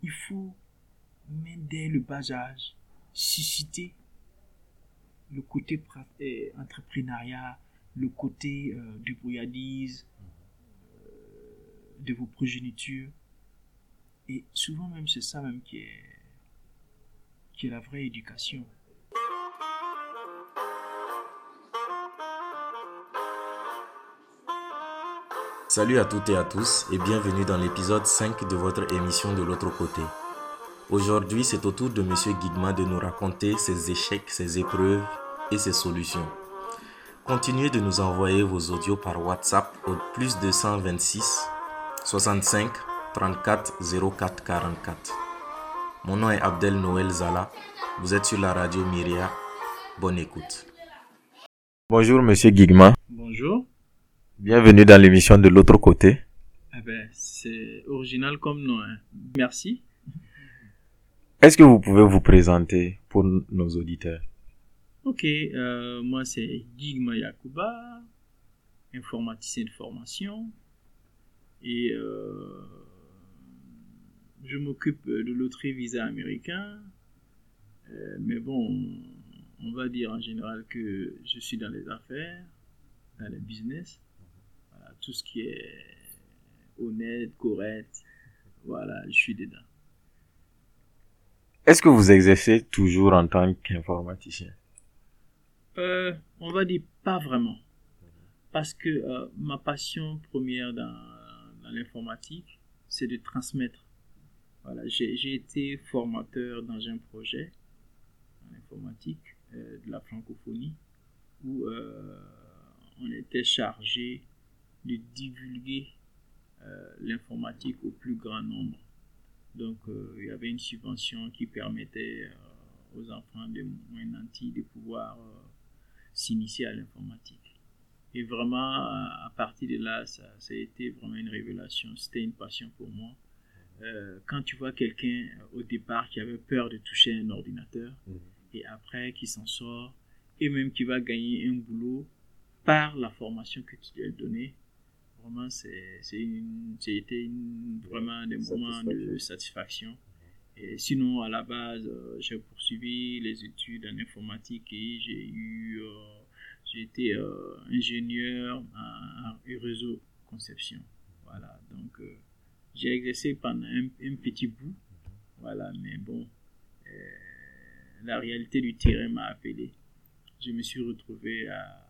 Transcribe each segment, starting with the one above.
il faut, même dès le bas âge, susciter le côté entrepreneuriat, le côté débrouillardise de vos progénitures. Et souvent même, c'est ça même qui est la vraie éducation. Salut à toutes et à tous et bienvenue dans l'épisode 5 de votre émission de l'autre côté. Aujourd'hui, c'est au tour de Monsieur Guigma de nous raconter ses échecs, ses épreuves et ses solutions. Continuez de nous envoyer vos audios par WhatsApp au plus 226 65 34 04 44. Mon nom est Abdel Noël Zala. Vous êtes sur la radio Myria. Bonne écoute. Bonjour Monsieur Guigma. Bonjour. Bienvenue dans l'émission de l'autre côté. C'est original comme nom. Merci. Est-ce que vous pouvez vous présenter pour nos auditeurs? Ok, moi c'est Guigma Yacouba, informaticien de formation. Et je m'occupe de loterie Visa américain. Mais bon, on va dire en général que je suis dans les affaires, dans les business. Voilà, tout ce qui est honnête, correct, voilà, je suis dedans. Est-ce que vous exercez toujours en tant qu'informaticien? On va dire pas vraiment. Parce que ma passion première dans l'informatique, c'est de transmettre. Voilà, j'ai été formateur dans un projet en informatique de la francophonie où on était chargé de divulguer l'informatique au plus grand nombre. Donc, il y avait une subvention qui permettait aux enfants de moins nantis de pouvoir s'initier à l'informatique. Et vraiment, à partir de là, ça a été vraiment une révélation. C'était une passion pour moi. Quand tu vois quelqu'un au départ qui avait peur de toucher un ordinateur, et après qui s'en sort, et même qui va gagner un boulot par la formation que tu lui as donnée, vraiment, c'était vraiment des moments de satisfaction. Et sinon, à la base, j'ai poursuivi les études en informatique et j'ai été ingénieur en réseau conception. Voilà, donc j'ai exercé pendant un petit bout. Voilà, mais bon, la réalité du terrain m'a appelé. Je me suis retrouvé à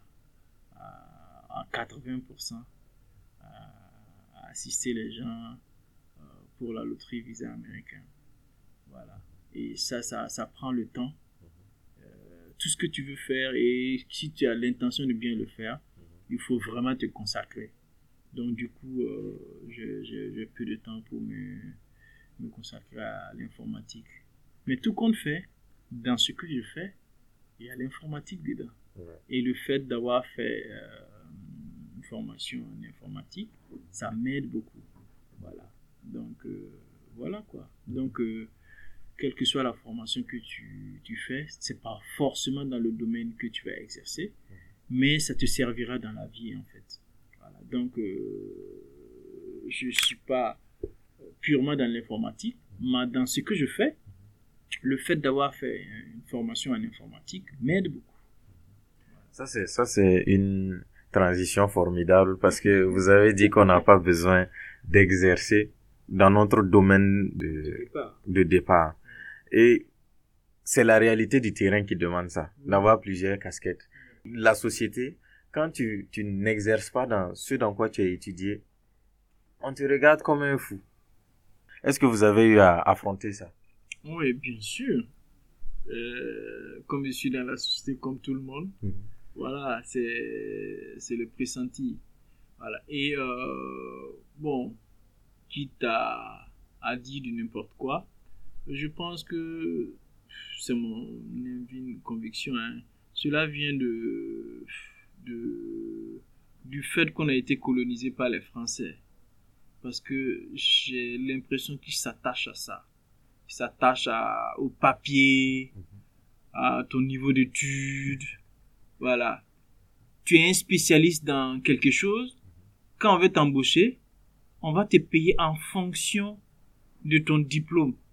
80% à assister les gens pour la loterie Visa américain. Voilà. Et ça prend le temps. Tout ce que tu veux faire, et si tu as l'intention de bien le faire, il faut vraiment te consacrer. Donc du coup, j'ai peu de temps pour me consacrer à l'informatique. Mais tout compte fait, dans ce que je fais, il y a l'informatique dedans. Ouais. Et le fait d'avoir fait une formation en informatique, ça m'aide beaucoup. Voilà. Donc, voilà quoi. Donc, quelle que soit la formation que tu fais, c'est pas forcément dans le domaine que tu vas exercer, mais ça te servira dans la vie en fait. Voilà. Donc, je suis pas purement dans l'informatique, mais dans ce que je fais, le fait d'avoir fait une formation en informatique m'aide beaucoup. Ça c'est une transition formidable parce que vous avez dit qu'on n'a pas besoin d'exercer dans notre domaine de départ. Et c'est la réalité du terrain qui demande ça, d'avoir plusieurs casquettes. La société, quand tu n'exerces pas dans ce dans quoi tu as étudié, on te regarde comme un fou. Est-ce que vous avez eu à affronter ça? Oui, bien sûr. Comme je suis dans la société comme tout le monde, voilà, c'est le pressenti. Voilà. Et bon, quitte à dire de n'importe quoi, je pense que c'est mon conviction. Cela vient du fait qu'on a été colonisé par les Français. Parce que j'ai l'impression qu'ils s'attachent à ça. Ils s'attachent au papier, à ton niveau d'études. Voilà. Tu es un spécialiste dans quelque chose. Quand on veut t'embaucher, on va te payer en fonction de ton diplôme.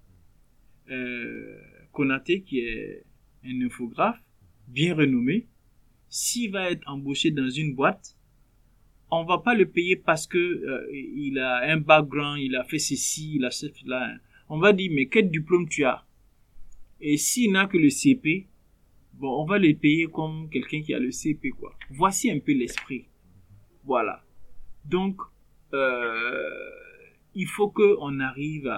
Konaté, qui est un infographe bien renommé, s'il va être embauché dans une boîte, on va pas le payer parce que il a un background, il a fait ceci, il a cela. On va dire, mais quel diplôme tu as? Et s'il n'a que le CP, bon, on va le payer comme quelqu'un qui a le CP, quoi. Voici un peu l'esprit. Voilà. Donc, il faut qu'on arrive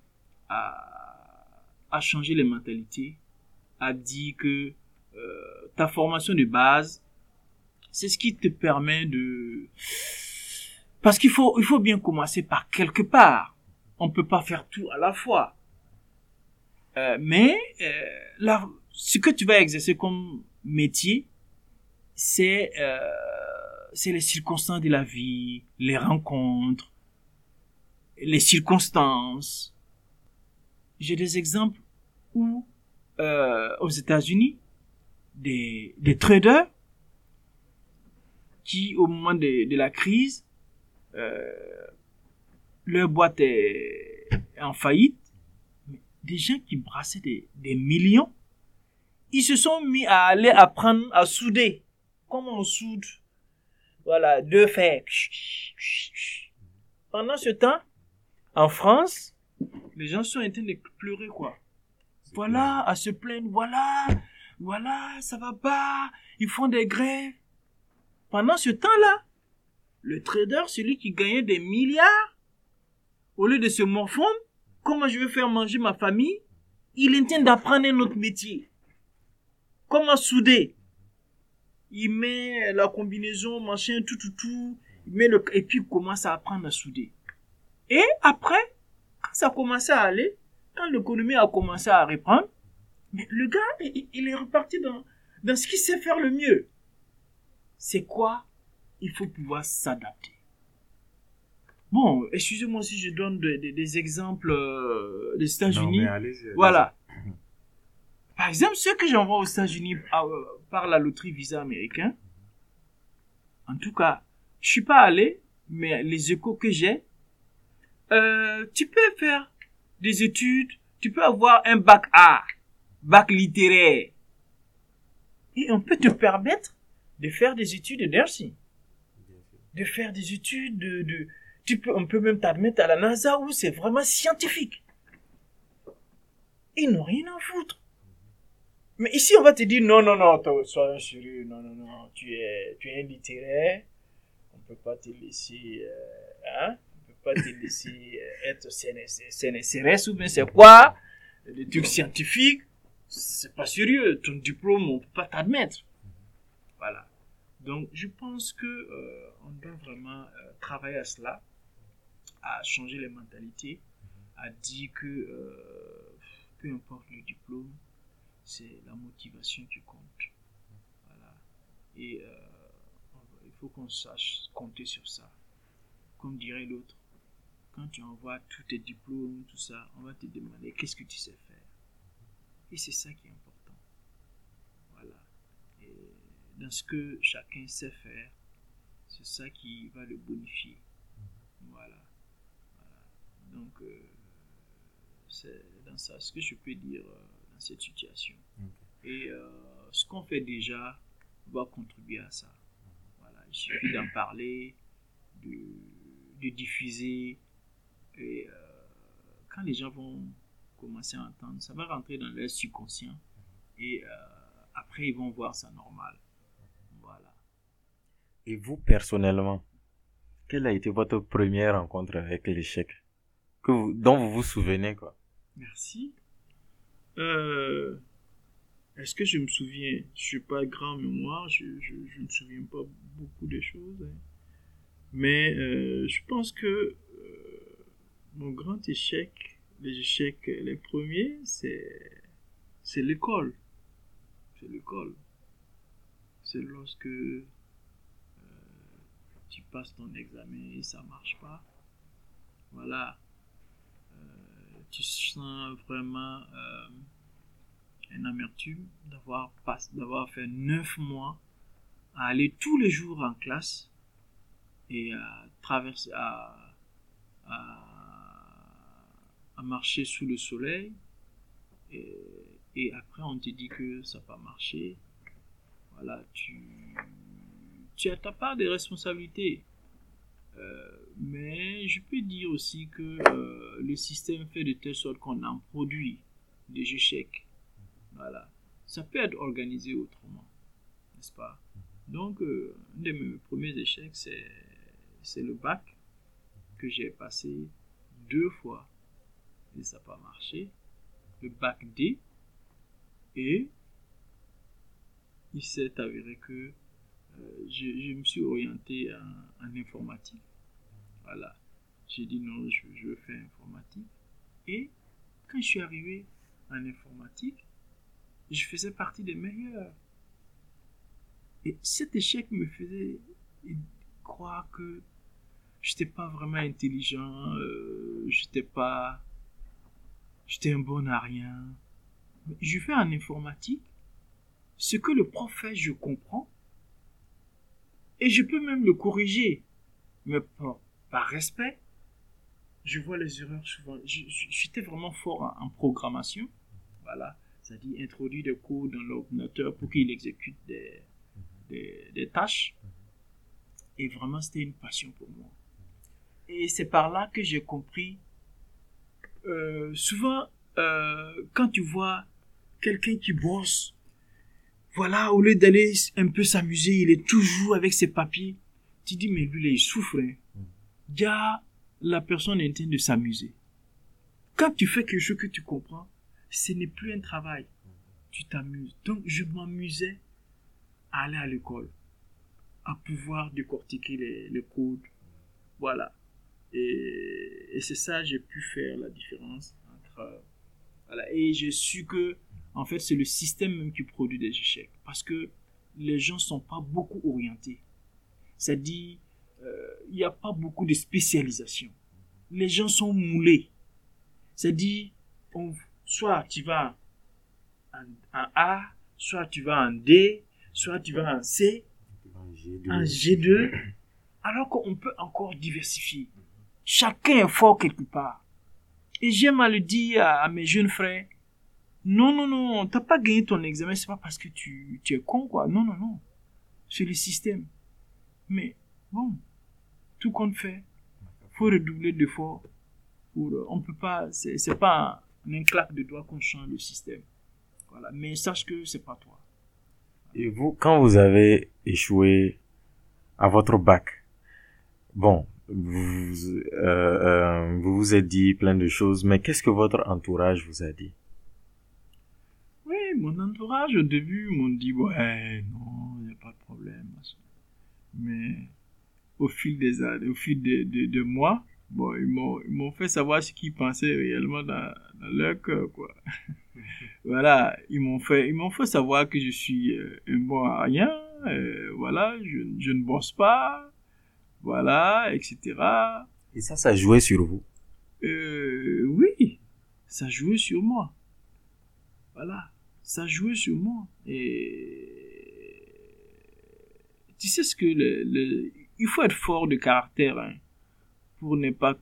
à changer les mentalités, à dire que ta formation de base, c'est ce qui te permet de... Parce qu'il faut bien commencer par quelque part. On peut pas faire tout à la fois. Mais là, ce que tu vas exercer comme métier, c'est les circonstances de la vie, les rencontres, les circonstances. J'ai des exemples où aux États-Unis, des traders qui, au moment de la crise, leur boîte est en faillite, des gens qui brassaient des millions, ils se sont mis à aller apprendre à souder. Comment on soude? Voilà, deux fers. Pendant ce temps, en France, les gens sont en train de pleurer, quoi. Voilà, à se plaindre, voilà, ça va pas, ils font des grèves. Pendant ce temps-là, le trader, celui qui gagnait des milliards, au lieu de se morfondre, comment je vais faire manger ma famille, il est en train d'apprendre un autre métier. Comment souder? Il met la combinaison, machin, tout, il met et puis il commence à apprendre à souder. Et après, quand ça a commencé à aller, quand l'économie a commencé à reprendre, mais le gars, il est reparti dans ce qu'il sait faire le mieux. C'est quoi? Il faut pouvoir s'adapter. Bon, excusez-moi si je donne des exemples des États-Unis. Non, mais allez-y. Voilà. Par exemple, ceux que j'envoie aux États-Unis par la loterie Visa américain, en tout cas, je suis pas allé, mais les échos que j'ai, tu peux faire des études, tu peux avoir un bac A, bac littéraire, et on peut te permettre de faire des études de nursing, de faire des études on peut même t'admettre à la NASA où c'est vraiment scientifique. Ils n'ont rien à foutre. Mais ici, on va te dire, non, sois sérieux, non, tu es un littéraire, on peut pas te laisser, on peut pas te laisser être CNSRS ou bien c'est quoi, des trucs scientifiques, c'est pas sérieux, ton diplôme, on peut pas t'admettre. Voilà. Donc, je pense que on doit vraiment travailler à cela, à changer les mentalités, à dire que peu importe le diplôme, c'est la motivation qui compte. Voilà. Et il faut qu'on sache compter sur ça. Comme dirait l'autre, quand tu envoies tous tes diplômes, tout ça, on va te demander qu'est-ce que tu sais faire. Et c'est ça qui est important. Voilà. Et dans ce que chacun sait faire, c'est ça qui va le bonifier. Voilà. Donc, c'est dans ça ce que je peux dire dans cette situation. Et ce qu'on fait déjà va contribuer à ça. Voilà. Il suffit d'en parler, de diffuser. Et quand les gens vont commencer à entendre, ça va rentrer dans leur subconscient. Et après, ils vont voir ça normal. Voilà. Et vous, personnellement, quelle a été votre première rencontre avec l'échec dont vous vous souvenez, quoi? Merci. Est-ce que je me souviens? Je suis pas grand mémoire, je me souviens pas beaucoup de choses. Hein. Mais je pense que mon grand échec, les échecs, les premiers, c'est l'école. C'est l'école. C'est lorsque tu passes ton examen et ça marche pas. Voilà. Tu sens vraiment une amertume d'avoir fait 9 mois à aller tous les jours en classe et à traverser, à marcher sous le soleil, Et après, on te dit que ça n'a pas marché. Voilà, tu as ta part de responsabilité. Mais je peux dire aussi que le système fait de telle sorte qu'on en produit des échecs. Voilà. Ça peut être organisé autrement, n'est-ce pas? Donc, un de mes premiers échecs, c'est le bac que j'ai passé 2 fois et ça n'a pas marché. Le bac D, et il s'est avéré que je me suis orienté en informatique. Voilà. J'ai dit non, je veux faire informatique. Et quand je suis arrivé en informatique, je faisais partie des meilleurs. Et cet échec me faisait croire que je n'étais pas vraiment intelligent, j'étais un bon à rien. Mais je fais en informatique ce que le prof fait, je comprends, et je peux même le corriger. Mais par respect, je vois les erreurs souvent. J'étais vraiment fort en programmation. Voilà. C'est-à-dire introduire des codes dans l'ordinateur pour qu'il exécute des tâches. Et vraiment, c'était une passion pour moi. Et c'est par là que j'ai compris. Souvent, quand tu vois quelqu'un qui bosse, voilà, au lieu d'aller un peu s'amuser, il est toujours avec ses papiers. Tu dis, mais lui, là, il souffre. Hein. Déjà, la personne est en train de s'amuser. Quand tu fais quelque chose que tu comprends, ce n'est plus un travail. Tu t'amuses. Donc, je m'amusais à aller à l'école, à pouvoir décortiquer les codes. Voilà. Et c'est ça, j'ai pu faire la différence entre... Voilà. Et j'ai su que, en fait, c'est le système même qui produit des échecs. Parce que les gens ne sont pas beaucoup orientés. C'est-à-dire, il n'y a pas beaucoup de spécialisation. Les gens sont moulés. C'est-à-dire, soit tu vas en A, soit tu vas en D, soit tu vas en C, en G2, alors qu'on peut encore diversifier. Chacun est fort quelque part. Et j'aime à le dire à mes jeunes frères, non, t'as pas gagné ton examen, c'est pas parce que tu es con, quoi. Non. C'est le système. Mais, bon, tout compte fait, faut redoubler d'efforts. On peut pas, c'est pas un claque de doigts qu'on change le système. Voilà. Mais sache que c'est pas toi. Et vous, quand vous avez échoué à votre bac, bon, vous vous êtes dit plein de choses, mais qu'est-ce que votre entourage vous a dit? Oui, mon entourage au début m'ont dit, ouais, non, il n'y a pas de problème. Mais au fil des années, au fil de mois, bon, ils m'ont fait savoir ce qu'ils pensaient réellement dans leur cœur, quoi. Voilà, ils m'ont fait savoir que je suis un bon à rien, voilà, je ne bosse pas, voilà, etc. Et ça jouait sur vous? Oui, ça jouait sur moi. Voilà, ça jouait sur moi. Et tu sais ce que il faut être fort de caractère, hein, pour ne pas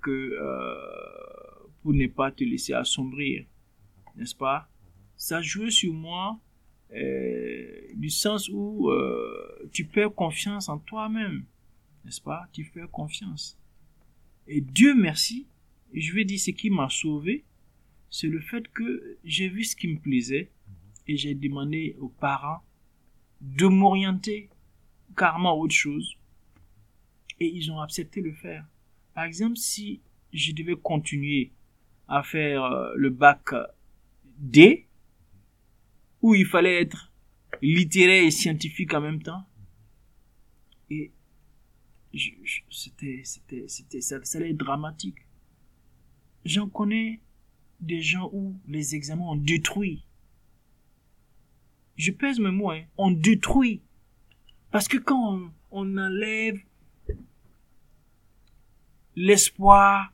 te laisser assombrir, n'est-ce pas? Ça jouait sur moi, du sens où tu perds confiance en toi-même, n'est-ce pas? Tu perds confiance. Et Dieu merci, et je vais dire ce qui m'a sauvé, c'est le fait que j'ai vu ce qui me plaisait et j'ai demandé aux parents de m'orienter carrément à autre chose. Et ils ont accepté de le faire. Par exemple, si je devais continuer à faire le bac D, où il fallait être littéraire et scientifique en même temps, et ça allait être dramatique. J'en connais des gens où les examens ont détruit. Je pèse mes mots, hein, on détruit. Parce que quand on enlève l'espoir,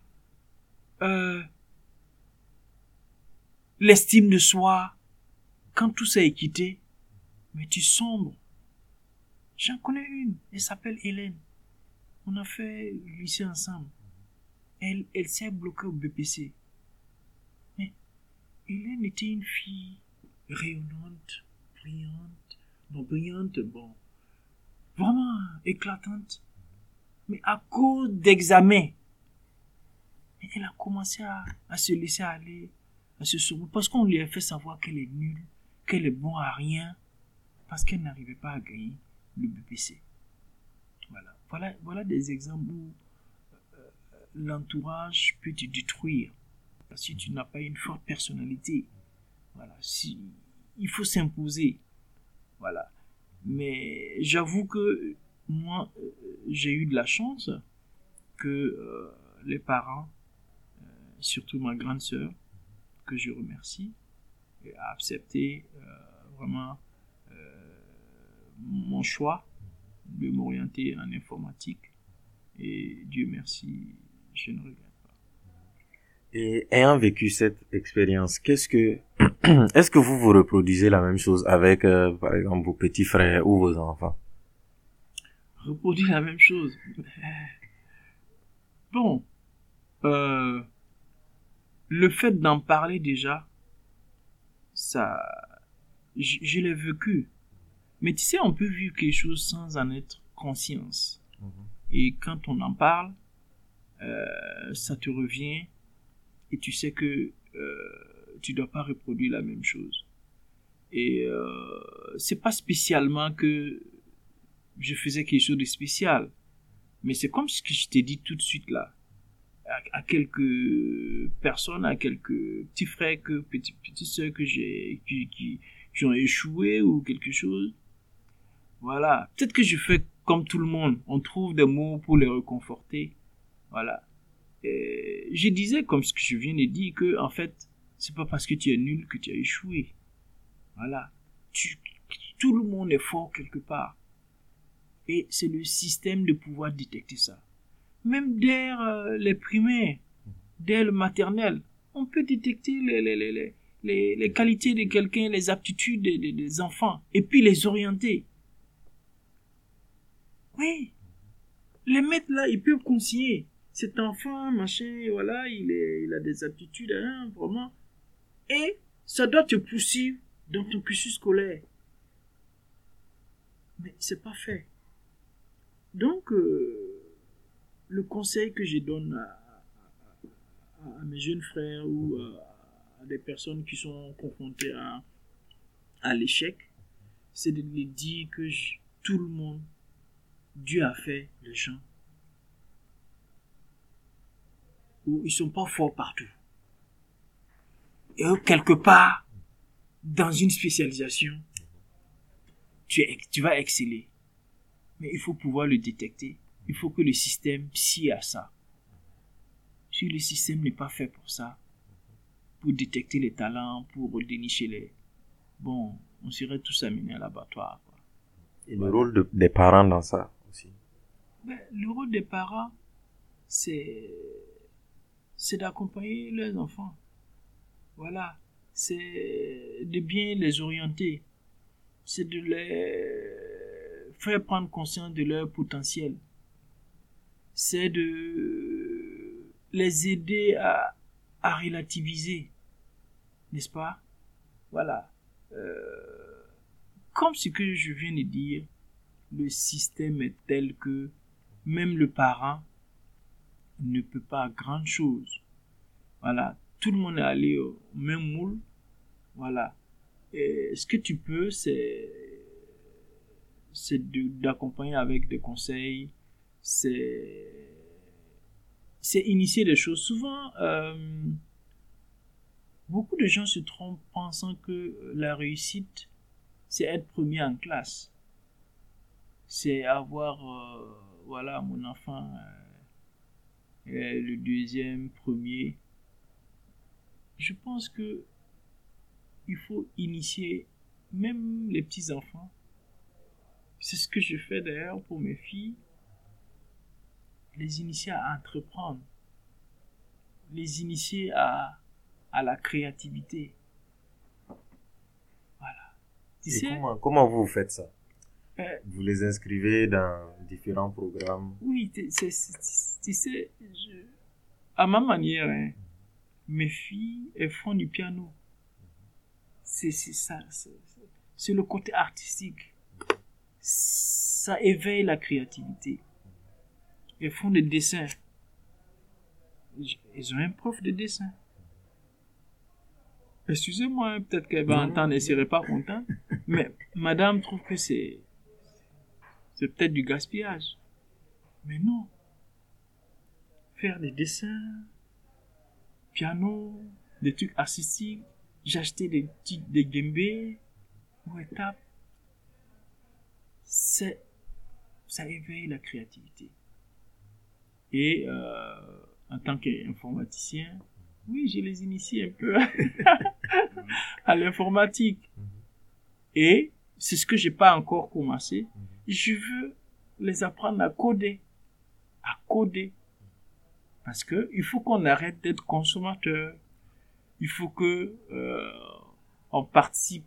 l'estime de soi, quand tout ça est quitté, mais tu sombres. J'en connais une, elle s'appelle Hélène. On a fait le lycée ensemble. Elle s'est bloquée au BPC. Mais Hélène était une fille rayonnante, brillante, bon, vraiment éclatante. Mais à cause d'examens, elle a commencé à se laisser aller, à se sauver, parce qu'on lui a fait savoir qu'elle est nulle, qu'elle est bon à rien, parce qu'elle n'arrivait pas à gagner le BPC. Voilà des exemples où l'entourage peut te détruire. Si tu n'as pas une forte personnalité, il faut s'imposer. Voilà. Mais j'avoue que moi, j'ai eu de la chance que les parents, surtout ma grande sœur, que je remercie, a accepté vraiment mon choix de m'orienter en informatique. Et Dieu merci, je ne regrette pas. Et ayant vécu cette expérience, est-ce que vous reproduisez la même chose avec, par exemple, vos petits frères ou vos enfants? Reproduire la même chose. Bon, le fait d'en parler déjà, ça, je l'ai vécu. Mais tu sais, on peut vivre quelque chose sans en être conscience. Et quand on en parle, ça te revient et tu sais que tu dois pas reproduire la même chose. Et c'est pas spécialement que je faisais quelque chose de spécial, mais c'est comme ce que je t'ai dit tout de suite là, à quelques personnes, à quelques petits frères, petites sœurs que j'ai qui ont échoué ou quelque chose. Voilà, peut-être que je fais comme tout le monde, on trouve des mots pour les réconforter. Voilà. Et je disais, comme ce que je viens de dire, que en fait, c'est pas parce que tu es nul que tu as échoué. Voilà. Tout le monde est fort quelque part. Et c'est le système de pouvoir détecter ça. Même dès les primaires, dès le maternel, on peut détecter les qualités de quelqu'un, les aptitudes des enfants, et puis les orienter. Oui. Les maîtres là, ils peuvent conseiller. Cet enfant, machin, voilà, il a des aptitudes, hein, vraiment. Et ça doit te pousser dans ton cursus scolaire. Mais c'est pas fait. Donc, le conseil que je donne à mes jeunes frères ou à des personnes qui sont confrontées à l'échec, c'est de les dire que tout le monde, Dieu a fait les gens où ils sont pas forts partout. Et quelque part, dans une spécialisation, tu vas exceller. Mais il faut pouvoir le détecter. Il faut que le système scie à ça. Si le système n'est pas fait pour ça, pour détecter les talents, pour dénicher les... Bon, on serait tous amenés à l'abattoir. Et le rôle des parents dans ça aussi? Le rôle des parents, c'est d'accompagner leurs enfants. Voilà. C'est de bien les orienter. C'est de les faire prendre conscience de leur potentiel. C'est de les aider à relativiser. N'est-ce pas? Voilà. Comme ce que je viens de dire, le système est tel que même le parent ne peut pas grand chose. Voilà. Tout le monde est allé au même moule. Voilà. Et ce que tu peux, c'est d'accompagner avec des conseils. C'est initier des choses. Souvent, beaucoup de gens se trompent pensant que la réussite, c'est être premier en classe. C'est avoir, voilà, mon enfant est le deuxième, premier. Je pense que il faut initier même les petits enfants. C'est ce que je fais d'ailleurs pour mes filles. Les initier à entreprendre. Les initier à la créativité. Voilà. Tu sais, comment vous faites ça? Vous les inscrivez dans différents programmes? Oui, tu sais, à ma manière, hein, mes filles, elles font du piano. c'est ça. C'est le côté artistique. Ça éveille la créativité. Ils font des dessins. Ils ont un prof de dessin. Excusez-moi, peut-être qu'elle va entendre et ne serait pas contente. Mais madame trouve que c'est peut-être du gaspillage. Mais non. Faire des dessins, piano, des trucs artistiques. J'ai acheté des djembés ou étapes. Ça éveille la créativité. Et en tant qu'informaticien, oui, je les initie un peu à l'informatique. Et c'est ce que j'ai pas encore commencé. Je veux les apprendre à coder. Parce que il faut qu'on arrête d'être consommateur. Il faut que on participe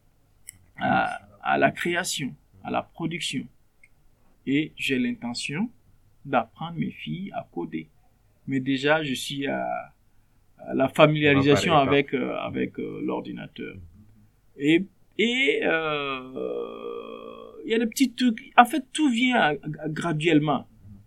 à la création, à la production. Et j'ai l'intention d'apprendre mes filles à coder. Mais déjà, je suis à la familiarisation avec l'ordinateur. Et il y a des petits trucs. En fait, tout vient graduellement.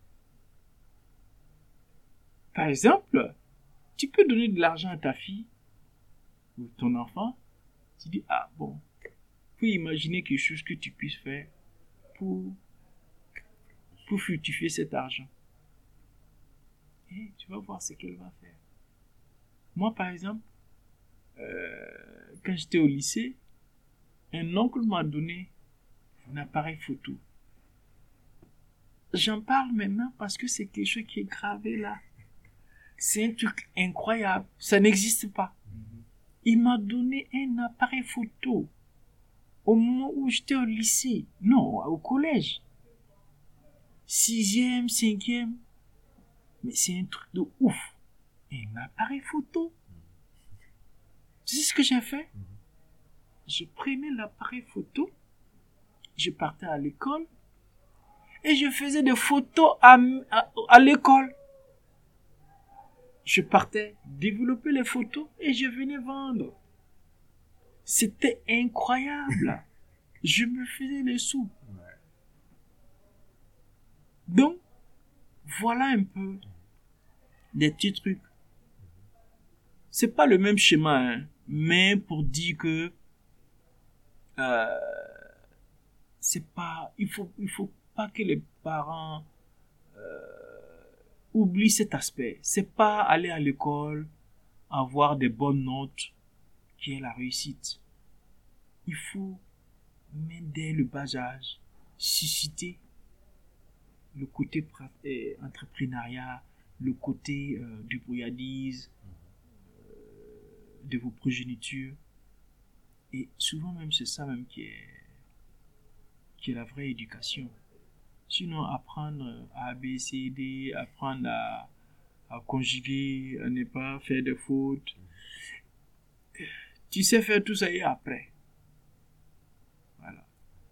Par exemple, tu peux donner de l'argent à ta fille ou ton enfant. Tu dis, bon, tu peux imaginer quelque chose que tu puisses faire pour fructifier cet argent. Et tu vas voir ce qu'elle va faire. Moi, par exemple, quand j'étais au lycée, un oncle m'a donné un appareil photo. J'en parle maintenant parce que c'est quelque chose qui est gravé là. C'est un truc incroyable. Ça n'existe pas. Il m'a donné un appareil photo au moment où j'étais au lycée. Non, au collège. 6e, 5e. Mais c'est un truc de ouf. Un appareil photo. Tu sais ce que j'ai fait? Je prenais l'appareil photo, je partais à l'école et je faisais des photos à l'école. Je partais développer les photos et je venais vendre. C'était incroyable. Je me faisais des sous. Donc, voilà un peu des petits trucs. C'est pas le même schéma, mais pour dire que c'est pas, il faut pas que les parents oublient cet aspect. C'est pas aller à l'école, avoir des bonnes notes qui est la réussite. Il faut, même dès le bas âge, susciter le côté entrepreneuriat, le côté débrouillardise de vos progénitures. Et souvent même c'est ça même qui est la vraie éducation. Sinon apprendre à B, C, D, apprendre à conjuguer, à ne pas faire de fautes. Tu sais faire tout ça et après. Voilà.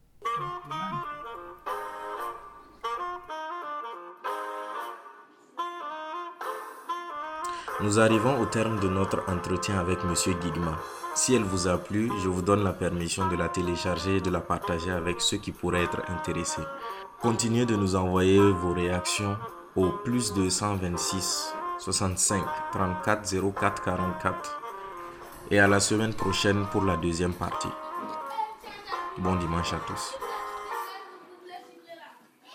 Nous arrivons au terme de notre entretien avec Monsieur Guigma. Si elle vous a plu, je vous donne la permission de la télécharger et de la partager avec ceux qui pourraient être intéressés. Continuez de nous envoyer vos réactions au plus 226 65 34 04 44 et à la semaine prochaine pour la deuxième partie. Bon dimanche à tous.